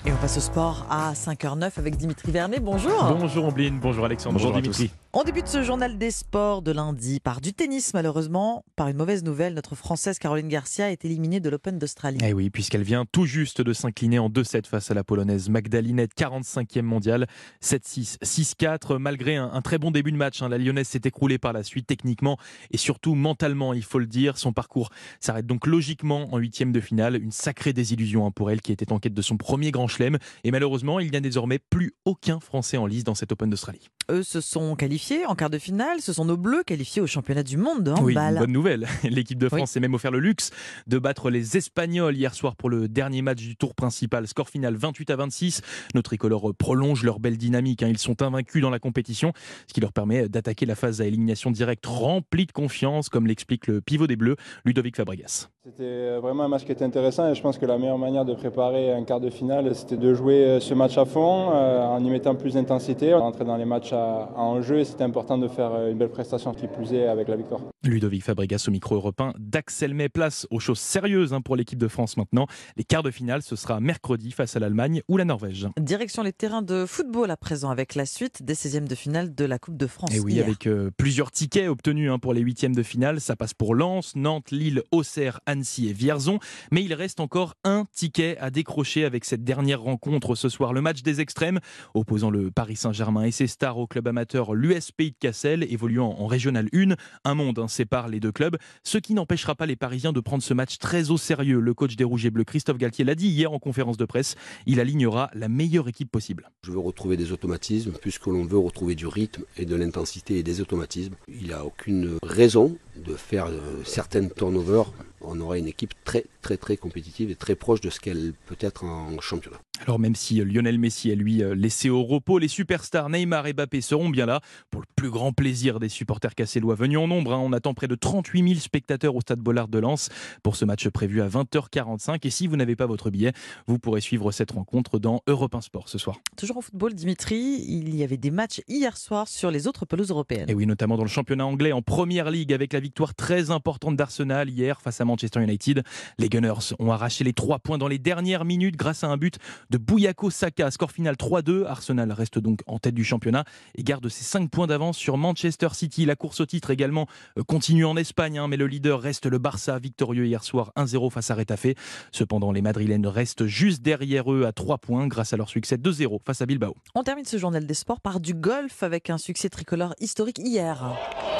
Et on passe au sport à 5h09 avec Dimitri Vernet. Bonjour. Bonjour Ambline, bonjour Alexandre, bonjour Dimitri. On débute ce journal des sports de lundi par du tennis malheureusement. Par une mauvaise nouvelle, notre Française Caroline Garcia est éliminée de l'Open d'Australie. Eh oui, puisqu'elle vient tout juste de s'incliner en 2-7 face à la Polonaise Magdalinette, 45e mondiale, 7-6, 6-4. Malgré un très bon début de match, la Lyonnaise s'est écroulée par la suite techniquement et surtout mentalement, il faut le dire. Son parcours s'arrête donc logiquement en 8e de finale. Une sacrée désillusion pour elle qui était en quête de son premier grand chelem. Et malheureusement, il n'y a désormais plus aucun Français en lice dans cet Open d'Australie. Eux se sont qualifiés en quart de finale. Ce sont nos Bleus qualifiés au championnat du monde de handball. Oui, une bonne nouvelle. L'équipe de France s'est même offert le luxe de battre les Espagnols hier soir pour le dernier match du tour principal. Score final 28-26. Nos tricolores prolongent leur belle dynamique. Ils sont invaincus dans la compétition, ce qui leur permet d'attaquer la phase à élimination directe remplie de confiance, comme l'explique le pivot des Bleus, Ludovic Fabregas. C'était vraiment un match qui était intéressant et je pense que la meilleure manière de préparer un quart de finale, c'était de jouer ce match à fond, en y mettant plus d'intensité, rentrer dans les matchs à enjeu et c'était important de faire une belle prestation qui plus est avec la victoire. Ludovic Fabregas au micro européen d'Axel May. Place aux choses sérieuses pour l'équipe de France maintenant. Les quarts de finale, ce sera mercredi face à l'Allemagne ou la Norvège. Direction les terrains de football à présent avec la suite des 16e de finale de la Coupe de France. Et oui, hier. avec plusieurs tickets obtenus pour les 8e de finale. Ça passe pour Lens, Nantes, Lille, Auxerre, Annecy et Vierzon. Mais il reste encore un ticket à décrocher avec cette dernière rencontre ce soir. Le match des extrêmes opposant le Paris Saint-Germain et ses stars au club amateur l'US Pays de Cassel, évoluant en Régional 1. Un monde sépare les deux clubs, ce qui n'empêchera pas les Parisiens de prendre ce match très au sérieux. Le coach des Rouges et Bleus, Christophe Galtier, l'a dit hier en conférence de presse. Il alignera la meilleure équipe possible. Je veux retrouver des automatismes, puisque l'on veut retrouver du rythme et de l'intensité et des automatismes. Il n'y a aucune raison de faire certaines turnovers. On aura une équipe très compétitive et très proche de ce qu'elle peut être en championnat. Alors même si Lionel Messi est lui laissé au repos, les superstars Neymar et Mbappé seront bien là pour le plus grand plaisir des supporters cassellois venus en nombre. On attend près de 38 000 spectateurs au stade Bollard de Lens pour ce match prévu à 20h45. Et si vous n'avez pas votre billet, vous pourrez suivre cette rencontre dans Europe 1 Sport ce soir. Toujours en football, Dimitri, il y avait des matchs hier soir sur les autres pelouses européennes. Et oui, notamment dans le championnat anglais en Première Ligue avec la victoire très importante d'Arsenal hier face à Manchester United. Les Gunners ont arraché les 3 points dans les dernières minutes grâce à un but de Bukayo Saka. Score final 3-2. Arsenal reste donc en tête du championnat et garde ses 5 points d'avance sur Manchester City. La course au titre également continue en Espagne, mais le leader reste le Barça, victorieux hier soir 1-0 face à Retafe. Cependant, les Madrilènes restent juste derrière eux à 3 points grâce à leur succès 2-0 face à Bilbao. On termine ce journal des sports par du golf avec un succès tricolore historique hier.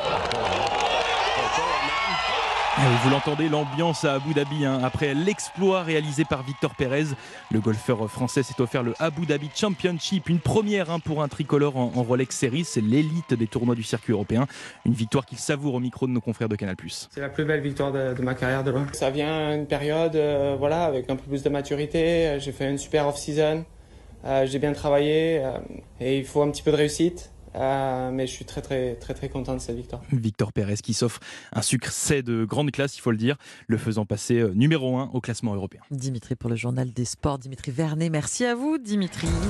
Vous l'entendez, l'ambiance à Abu Dhabi après l'exploit réalisé par Victor Pérez. Le golfeur français s'est offert le Abu Dhabi Championship, une première pour un tricolore en Rolex Series. C'est l'élite des tournois du circuit européen. Une victoire qu'il savoure au micro de nos confrères de Canal+. C'est la plus belle victoire de ma carrière de loin. Ça vient une période avec un peu plus de maturité. J'ai fait une super off-season. J'ai bien travaillé et il faut un petit peu de réussite. Mais je suis très content de cette victoire. Victor Pérez qui s'offre un succès de grande classe, il faut le dire, le faisant passer numéro 1 au classement européen. Dimitri pour le journal des sports, Dimitri Vernet. Merci à vous, Dimitri.